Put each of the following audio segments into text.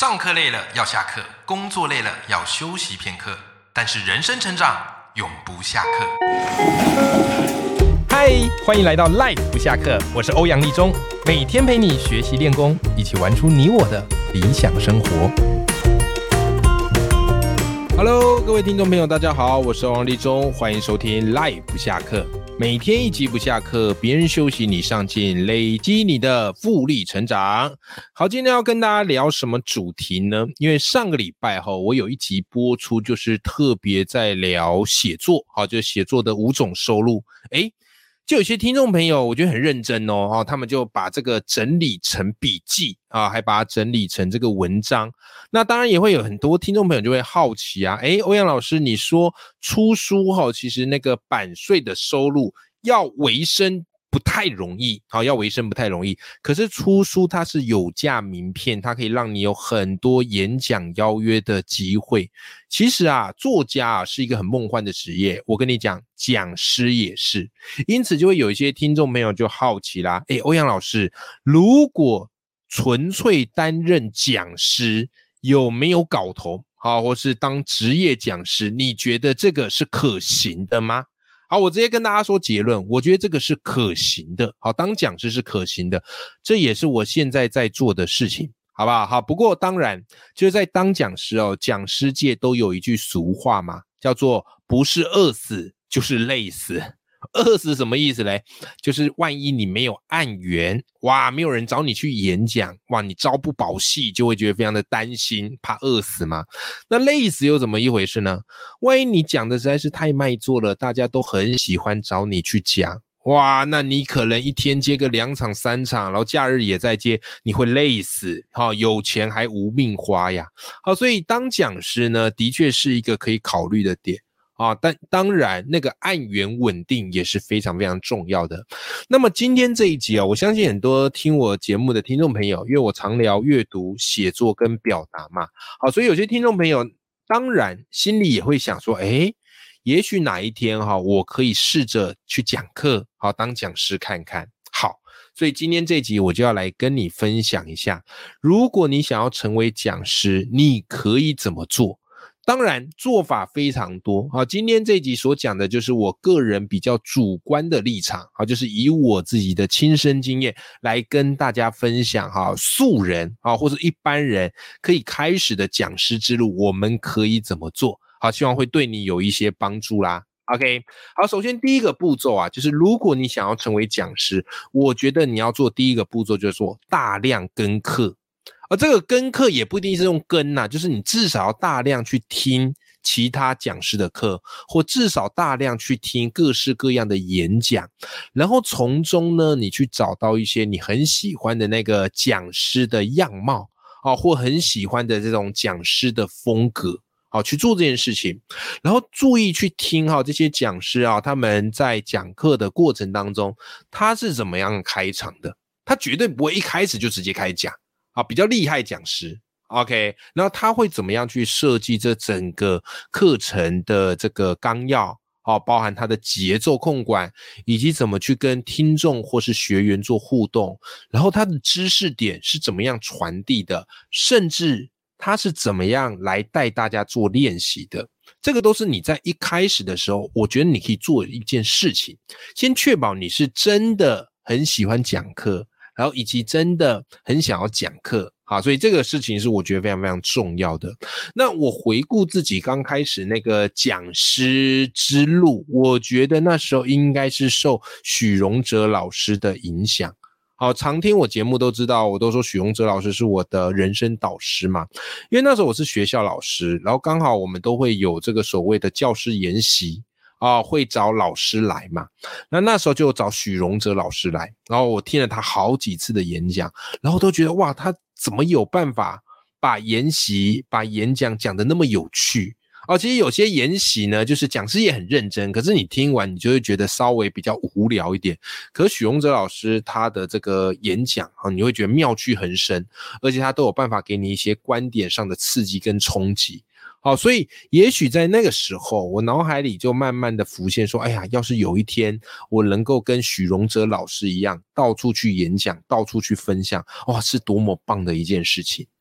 上课累了要下课，工作累了要休息片刻，但是人生成长永不下课。嗨，欢迎来到 Life 不下课，我是欧阳立中，每天陪你学习练功，一起玩出你我的理想生活。Hello， 各位听众朋友，大家好，我是欧阳立中，欢迎收听 Life 不下课。每天一集不下课，别人休息你上进，累积你的复利成长。好，今天要跟大家聊什么主题呢？因为上个礼拜我有一集播出，就是特别在聊写作，就是写作的5种收入。就有些听众朋友我觉得很认真哦，他们就把这个整理成笔记还把它整理成这个文章。那当然也会有很多听众朋友就会好奇欧阳老师，你说出书其实那个版税的收入要维生不太容易，可是出书它是有价名片，它可以让你有很多演讲邀约的机会。其实作家是一个很梦幻的职业，我跟你讲，讲师也是。因此就会有一些听众朋友就好奇啦，欧阳老师，如果纯粹担任讲师，有没有搞头或是当职业讲师，你觉得这个是可行的吗？好，我直接跟大家说结论，我觉得这个是可行的。好，当讲师是可行的，这也是我现在在做的事情，好不好？好，不过当然就是在当讲师讲师界都有一句俗话嘛，叫做不是饿死就是累死。饿死什么意思嘞？就是万一你没有案源，没有人找你去演讲，你朝不保夕，就会觉得非常的担心，怕饿死嘛。那累死又怎么一回事呢？万一你讲的实在是太卖座了，大家都很喜欢找你去讲，那你可能一天接个2场3场，然后假日也在接，你会累死，有钱还无命花呀。好，所以当讲师呢，的确是一个可以考虑的点。但当然那个案源稳定也是非常非常重要的。那么今天这一集我相信很多听我节目的听众朋友，因为我常聊阅读、写作跟表达嘛，所以有些听众朋友当然心里也会想说，也许哪一天我可以试着去讲课，当讲师看看。好，所以今天这一集我就要来跟你分享一下，如果你想要成为讲师，你可以怎么做。当然做法非常多，今天这一集所讲的就是我个人比较主观的立场，就是以我自己的亲身经验来跟大家分享素人或者一般人可以开始的讲师之路，我们可以怎么做。好，希望会对你有一些帮助啦。OK， 好，首先第一个步骤就是如果你想要成为讲师，我觉得你要做第一个步骤就是说大量跟课。这个跟课也不一定是用跟就是你至少要大量去听其他讲师的课，或至少大量去听各式各样的演讲，然后从中呢，你去找到一些你很喜欢的那个讲师的样貌或很喜欢的这种讲师的风格，去做这件事情，然后注意去听这些讲师他们在讲课的过程当中，他是怎么样开场的，他绝对不会一开始就直接开讲。比较厉害讲师 OK， 然后他会怎么样去设计这整个课程的这个纲要包含他的节奏控管，以及怎么去跟听众或是学员做互动，然后他的知识点是怎么样传递的，甚至他是怎么样来带大家做练习的。这个都是你在一开始的时候，我觉得你可以做一件事情，先确保你是真的很喜欢讲课，然后以及真的很想要讲课，所以这个事情是我觉得非常非常重要的。那我回顾自己刚开始那个讲师之路，我觉得那时候应该是受许荣哲老师的影响。常听我节目都知道，我都说许荣哲老师是我的人生导师嘛，因为那时候我是学校老师，然后刚好我们都会有这个所谓的教师研习会找老师来嘛，那时候就找许荣哲老师来，然后我听了他好几次的演讲，然后都觉得他怎么有办法把研习把演讲讲得那么有趣其实有些研习呢，就是讲师也很认真，可是你听完你就会觉得稍微比较无聊一点，可是许荣哲老师他的这个演讲你会觉得妙趣横生，而且他都有办法给你一些观点上的刺激跟冲击。所以也许在那个时候我脑海里就慢慢的浮现说，要是有一天我能够跟许荣哲老师一样到处去演讲，到处去分享，是多么棒的一件事情。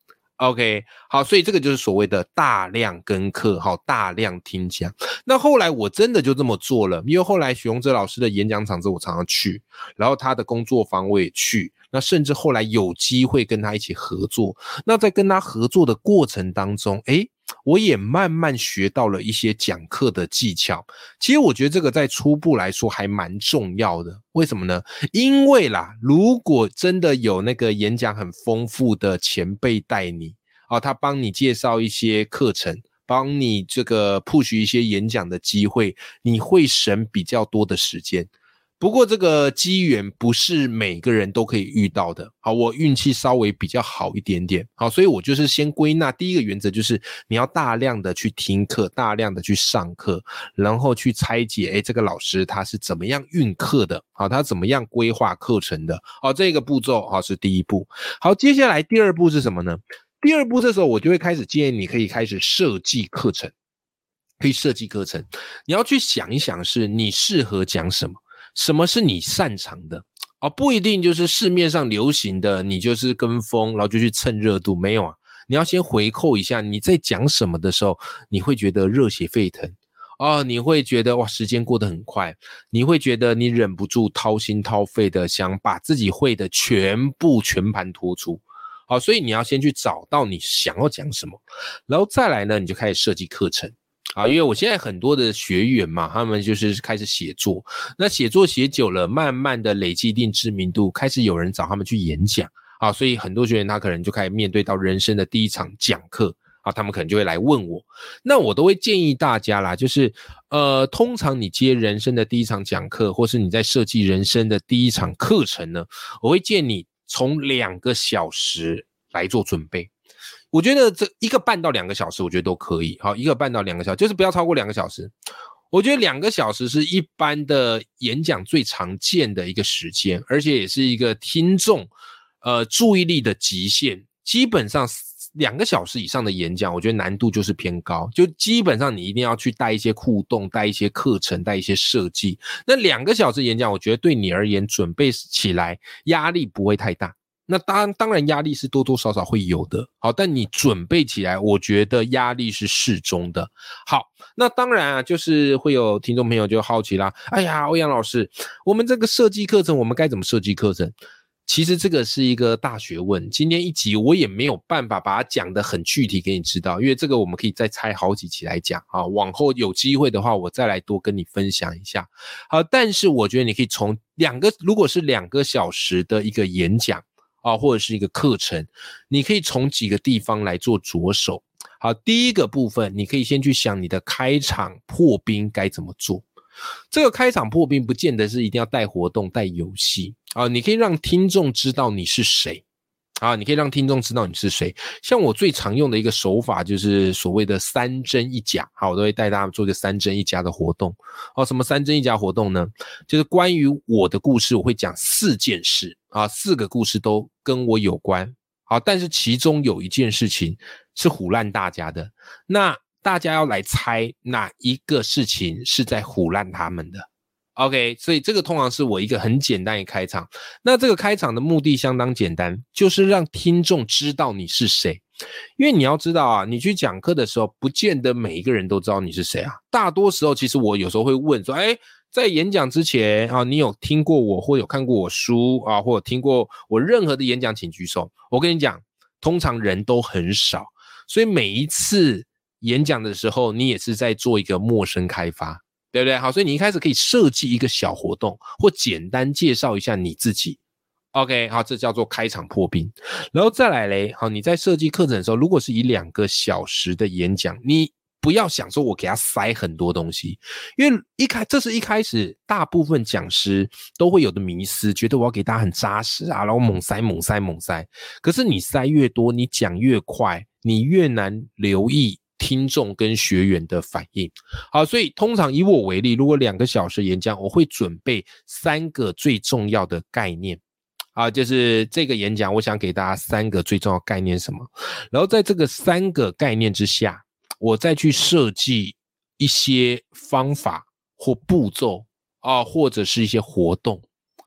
OK， 好，所以这个就是所谓的大量跟课，好，大量听讲。那后来我真的就这么做了，因为后来许荣哲老师的演讲场子我常常去，然后他的工作坊我也去，那甚至后来有机会跟他一起合作。那在跟他合作的过程当中，我也慢慢学到了一些讲课的技巧。其实我觉得这个在初步来说还蛮重要的。为什么呢？因为啦，如果真的有那个演讲很丰富的前辈带你，他帮你介绍一些课程，帮你这个 push 一些演讲的机会，你会省比较多的时间。不过这个机缘不是每个人都可以遇到的。好，我运气稍微比较好一点点。好，所以我就是先归纳第一个原则，就是你要大量的去听课，大量的去上课，然后去拆解这个老师他是怎么样运课的，好，他怎么样规划课程的。好，这个步骤好是第一步。好，接下来第二步是什么呢？第二步这时候我就会开始建议你可以开始设计课程。可以设计课程，你要去想一想是你适合讲什么，什么是你擅长的。不一定就是市面上流行的你就是跟风然后就去蹭热度，没有啊，你要先回扣一下你在讲什么的时候你会觉得热血沸腾，你会觉得哇时间过得很快，你会觉得你忍不住掏心掏肺的想把自己会的全盘托出。好，所以你要先去找到你想要讲什么，然后再来呢你就开始设计课程。因为我现在很多的学员嘛，他们就是开始写作，那写作写久了，慢慢的累积一定知名度，开始有人找他们去演讲，所以很多学员他可能就开始面对到人生的第一场讲课，他们可能就会来问我，那我都会建议大家啦，就是通常你接人生的第一场讲课，或是你在设计人生的第一场课程呢，我会建议你从2个小时来做准备。我觉得这1个半到2个小时我觉得都可以。好，1个半到2个小时，就是不要超过2个小时。我觉得2个小时是一般的演讲最常见的一个时间，而且也是一个听众注意力的极限。基本上2个小时以上的演讲，我觉得难度就是偏高，就基本上你一定要去带一些互动，带一些课程，带一些设计。那2个小时演讲，我觉得对你而言准备起来压力不会太大。那当然压力是多多少少会有的，好，但你准备起来我觉得压力是适中的。好，那当然啊，就是会有听众朋友就好奇啦，哎呀欧阳老师，我们这个设计课程我们该怎么设计课程？其实这个是一个大学问，今天一集我也没有办法把它讲得很具体给你知道，因为这个我们可以再拆好几期来讲啊，往后有机会的话我再来多跟你分享一下。好，但是我觉得你可以从如果是2个小时的一个演讲或者是一个课程，你可以从几个地方来做着手。好，第一个部分你可以先去想你的开场破冰该怎么做。这个开场破冰不见得是一定要带活动带游戏你可以让听众知道你是谁你可以让听众知道你是谁。像我最常用的一个手法就是所谓的3真1假，好，我都会带大家做一个3真1假的活动。什么3真1假活动呢？就是关于我的故事，我会讲4件事4个故事都跟我有关。好，但是其中有一件事情是唬烂大家的，那大家要来猜哪一个事情是在唬烂他们的。OK， 所以这个通常是我一个很简单的开场。那这个开场的目的相当简单，就是让听众知道你是谁。因为你要知道你去讲课的时候不见得每一个人都知道你是谁大多时候其实我有时候会问说在演讲之前你有听过我或有看过我书或有听过我任何的演讲请举手。我跟你讲，通常人都很少，所以每一次演讲的时候你也是在做一个陌生开发，对不对？好，所以你一开始可以设计一个小活动，或简单介绍一下你自己。OK， 好，这叫做开场破冰。然后再来嘞，好，你在设计课程的时候，如果是以2个小时的演讲，你不要想说我给他塞很多东西，因为这是一开始大部分讲师都会有的迷思，觉得我要给大家很扎实然后猛塞。可是你塞越多，你讲越快，你越难留意听众跟学员的反应。好，所以通常以我为例，如果2个小时演讲，我会准备3个最重要的概念。就是这个演讲我想给大家3个最重要的概念是什么，然后在这个3个概念之下，我再去设计一些方法或步骤或者是一些活动。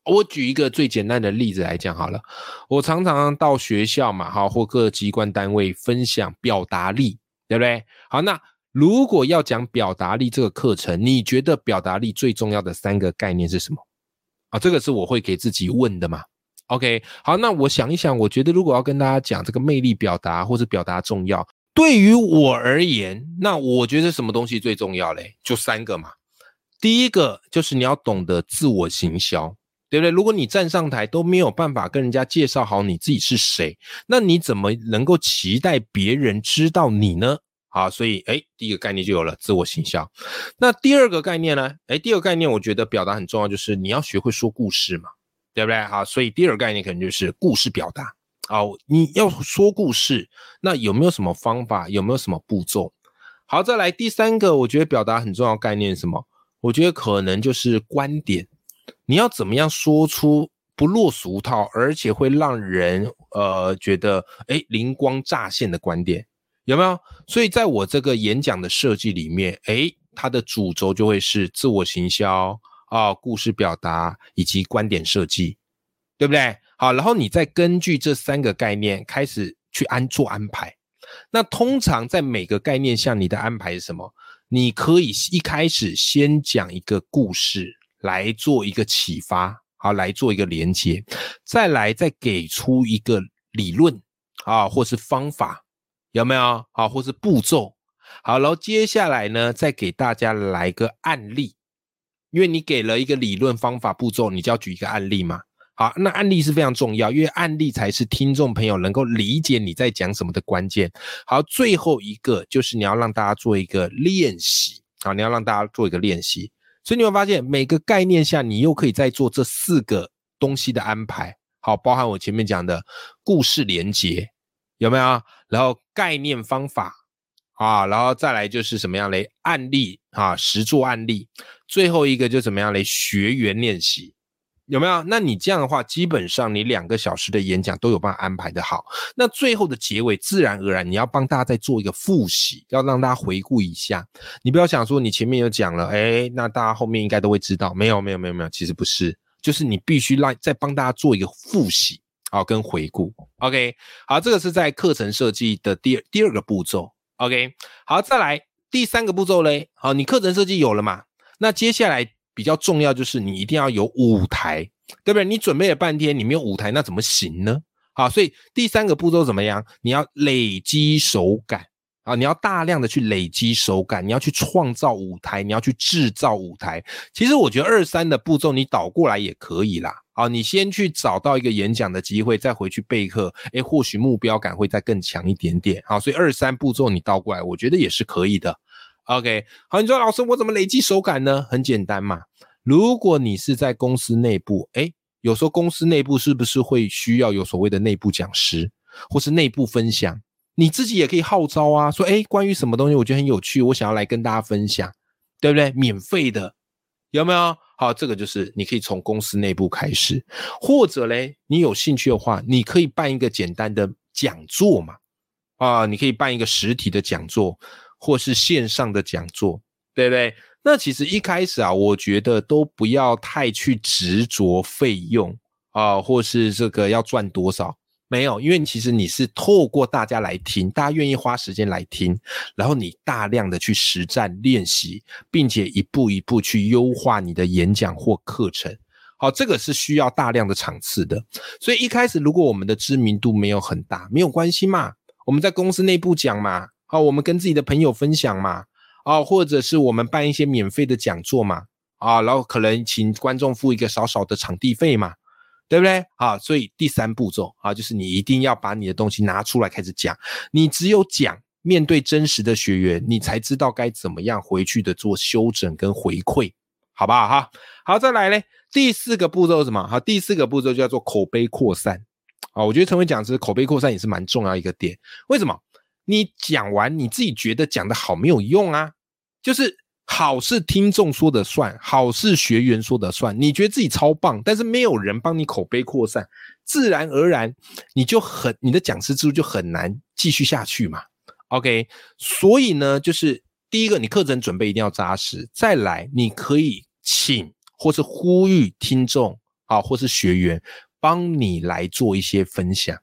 我举一个最简单的例子来讲好了，我常常到学校嘛，或各机关单位分享表达力，对不对？好，那如果要讲表达力这个课程，你觉得表达力最重要的3个概念是什么？这个是我会给自己问的嘛。OK， 好，那我想一想，我觉得如果要跟大家讲这个魅力表达或是表达重要，对于我而言，那我觉得什么东西最重要嘞？就3个嘛。第一个就是你要懂得自我行销，对不对？如果你站上台都没有办法跟人家介绍好你自己是谁，那你怎么能够期待别人知道你呢？好，所以第一个概念就有了，自我行销。那第二个概念呢？第二个概念我觉得表达很重要，就是你要学会说故事嘛，对不对？好，所以第二个概念可能就是故事表达。好，你要说故事，那有没有什么方法？有没有什么步骤？好，再来第3个，我觉得表达很重要的概念是什么？我觉得可能就是观点，你要怎么样说出不落俗套，而且会让人觉得灵光乍现的观点，有没有？所以在我这个演讲的设计里面，它的主轴就会是自我行销故事表达以及观点设计，对不对？好，然后你再根据这3个概念开始去做安排。那通常在每个概念下，你的安排是什么？你可以一开始先讲一个故事来做一个启发，好，来做一个连结，再来再给出一个理论或是方法，有没有？好，或是步骤。好，然后接下来呢，再给大家来个案例，因为你给了一个理论方法步骤，你就要举一个案例嘛。好，那案例是非常重要，因为案例才是听众朋友能够理解你在讲什么的关键。好，最后一个就是你要让大家做一个练习。好，你要让大家做一个练习。所以你会发现每个概念下你又可以再做这4个东西的安排。好，包含我前面讲的故事连结，有没有？然后概念方法然后再来就是什么样嘞？案例实作案例。最后一个就怎么样嘞？学员练习。有没有？那你这样的话，基本上你2个小时的演讲都有办法安排的好。那最后的结尾，自然而然你要帮大家再做一个复习，要让大家回顾一下。你不要想说你前面有讲了，那大家后面应该都会知道。没有，其实不是，就是你必须再帮大家做一个复习跟回顾。OK， 好，这个是在课程设计的第二个步骤。OK， 好，再来第3个步骤嘞。好，你课程设计有了嘛？那接下来比较重要就是你一定要有舞台，对不对？你准备了半天，你没有舞台，那怎么行呢？好，所以第3个步骤怎么样？你要累积手感你要大量的去累积手感，你要去创造舞台，你要去制造舞台。其实我觉得2、3的步骤你倒过来也可以啦。好，你先去找到一个演讲的机会，再回去备课，或许目标感会再更强一点点。好，所以2、3步骤你倒过来，我觉得也是可以的。OK， 好，你说老师我怎么累积手感呢？很简单嘛，如果你是在公司内部，有时候公司内部是不是会需要有所谓的内部讲师，或是内部分享？你自己也可以号召啊，说关于什么东西我觉得很有趣，我想要来跟大家分享，对不对？免费的，有没有？好，这个就是你可以从公司内部开始，或者嘞，你有兴趣的话，你可以办一个简单的讲座嘛，你可以办一个实体的讲座，或是线上的讲座，对不对？那其实一开始我觉得都不要太去执着费用或是这个要赚多少，没有，因为其实你是透过大家来听，大家愿意花时间来听，然后你大量的去实战练习，并且一步一步去优化你的演讲或课程。好，这个是需要大量的场次的。所以一开始如果我们的知名度没有很大，没有关系嘛，我们在公司内部讲嘛，我们跟自己的朋友分享嘛，或者是我们办一些免费的讲座嘛，然后可能请观众付一个少少的场地费嘛，对不对？所以第3步骤就是你一定要把你的东西拿出来开始讲，你只有讲，面对真实的学员，你才知道该怎么样回去的做修整跟回馈，好不好？好，再来嘞，第4个步骤是什么？好，第4个步骤就叫做口碑扩散。我觉得成为讲师口碑扩散也是蛮重要一个点。为什么？你讲完你自己觉得讲的好没有用啊，就是好是听众说的算，好是学员说的算，你觉得自己超棒，但是没有人帮你口碑扩散，自然而然你的讲师之路就很难继续下去嘛。OK， 所以呢，就是第一个，你课程准备一定要扎实，再来你可以请或是呼吁听众或是学员帮你来做一些分享。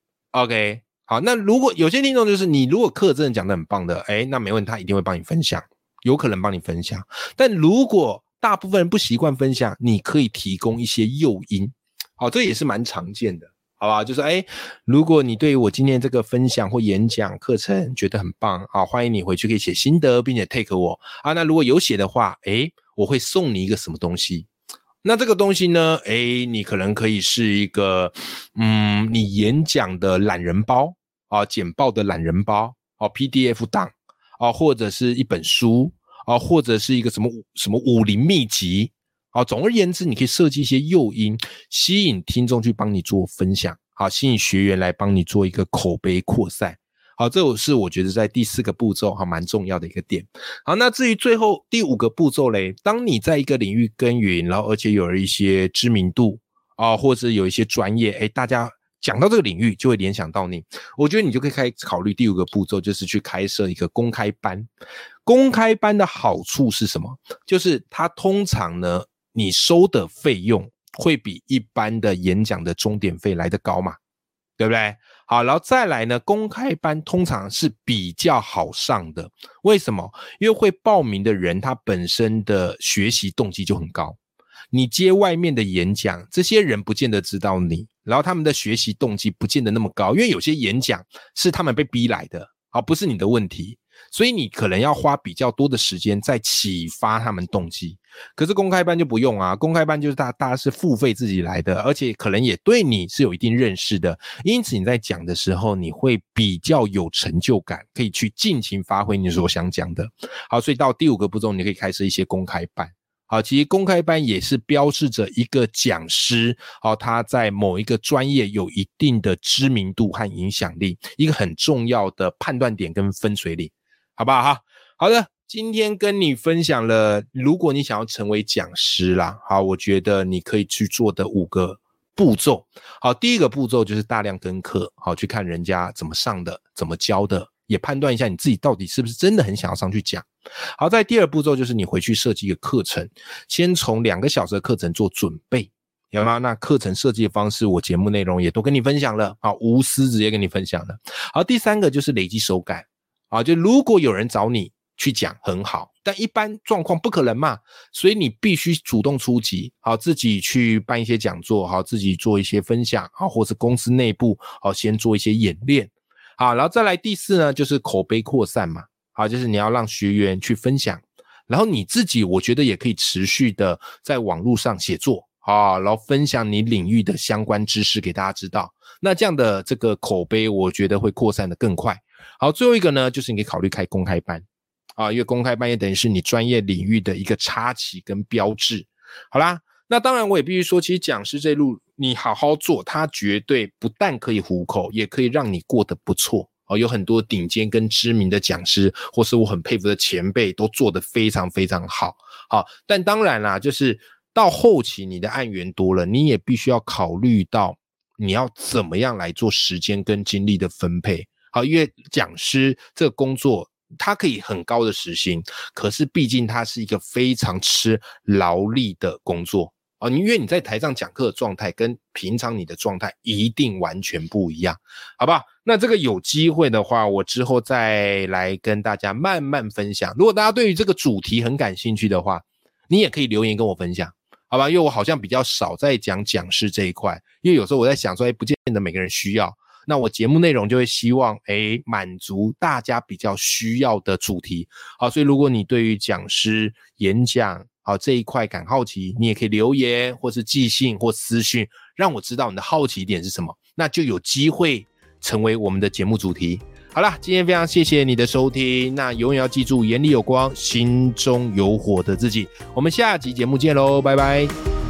OK， 好，那如果有些听众就是你如果课真的讲得很棒的，那没问题，他一定会帮你分享，有可能帮你分享。但如果大部分人不习惯分享，你可以提供一些诱因，好，这也是蛮常见的，好吧？就是如果你对于我今天这个分享或演讲课程觉得很棒，好，欢迎你回去可以写心得，并且 take 我那如果有写的话，我会送你一个什么东西。那这个东西呢，你可能可以是一个你演讲的懒人包简报的懒人包PDF 档或者是一本书或者是一个什么武林秘籍总而言之，你可以设计一些诱因，吸引听众去帮你做分享，吸引学员来帮你做一个口碑扩散。好，这是我觉得在第4个步骤蛮重要的一个点。好，那至于最后第5个步骤嘞，当你在一个领域耕耘，然后而且有了一些知名度或者有一些专业，大家讲到这个领域就会联想到你，我觉得你就可以开始考虑第5个步骤，就是去开设一个公开班。公开班的好处是什么？就是它通常呢，你收的费用会比一般的演讲的钟点费来得高嘛，对不对？好，然后再来呢，公开班通常是比较好上的。为什么？因为会报名的人他本身的学习动机就很高，你接外面的演讲，这些人不见得知道你，然后他们的学习动机不见得那么高，因为有些演讲是他们被逼来的，不是你的问题，所以你可能要花比较多的时间在启发他们动机。可是公开班就不用公开班就是大家是付费自己来的，而且可能也对你是有一定认识的，因此你在讲的时候你会比较有成就感，可以去尽情发挥你所想讲的。好，所以到第5个步骤你可以开始一些公开班。好，其实公开班也是标示着一个讲师他在某一个专业有一定的知名度和影响力，一个很重要的判断点跟分水岭，好不好？好的，今天跟你分享了如果你想要成为讲师啦，好，我觉得你可以去做的5个步骤。好，第1个步骤就是大量跟课，好，去看人家怎么上的，怎么教的，也判断一下你自己到底是不是真的很想要上去讲。好，在第2步骤就是你回去设计一个课程，先从2个小时的课程做准备，有没有？那课程设计的方式我节目内容也都跟你分享了，好，无私直接跟你分享了。好，第3个就是累积手感，好，就如果有人找你去讲很好，但一般状况不可能嘛，所以你必须主动出击，好，自己去办一些讲座，好，自己做一些分享，好，或是公司内部好先做一些演练。好，然后再来第4呢，就是口碑扩散嘛，好，就是你要让学员去分享，然后你自己我觉得也可以持续的在网络上写作，然后分享你领域的相关知识给大家知道，那这样的这个口碑我觉得会扩散的更快。好，最后一个呢，就是你可以考虑开公开班因为公开班也等于是你专业领域的一个插旗跟标志。好啦，那当然我也必须说，其实讲师这路你好好做，它绝对不但可以糊口，也可以让你过得不错。有很多顶尖跟知名的讲师，或是我很佩服的前辈都做得非常非常好。好，但当然啦，就是到后期你的案源多了，你也必须要考虑到你要怎么样来做时间跟精力的分配。好，因为讲师这个工作它可以很高的时薪，可是毕竟它是一个非常吃劳力的工作因为你在台上讲课的状态跟平常你的状态一定完全不一样，好不好？那这个有机会的话，我之后再来跟大家慢慢分享。如果大家对于这个主题很感兴趣的话，你也可以留言跟我分享，好吧？因为我好像比较少在讲讲师这一块，因为有时候我在想说不见得每个人需要，那我节目内容就会希望满足大家比较需要的主题。好，所以如果你对于讲师演讲好这一块感好奇，你也可以留言或是寄信或私讯，让我知道你的好奇点是什么，那就有机会成为我们的节目主题。好啦，今天非常谢谢你的收听，那永远要记住眼里有光心中有火的自己，我们下集节目见咯，拜拜。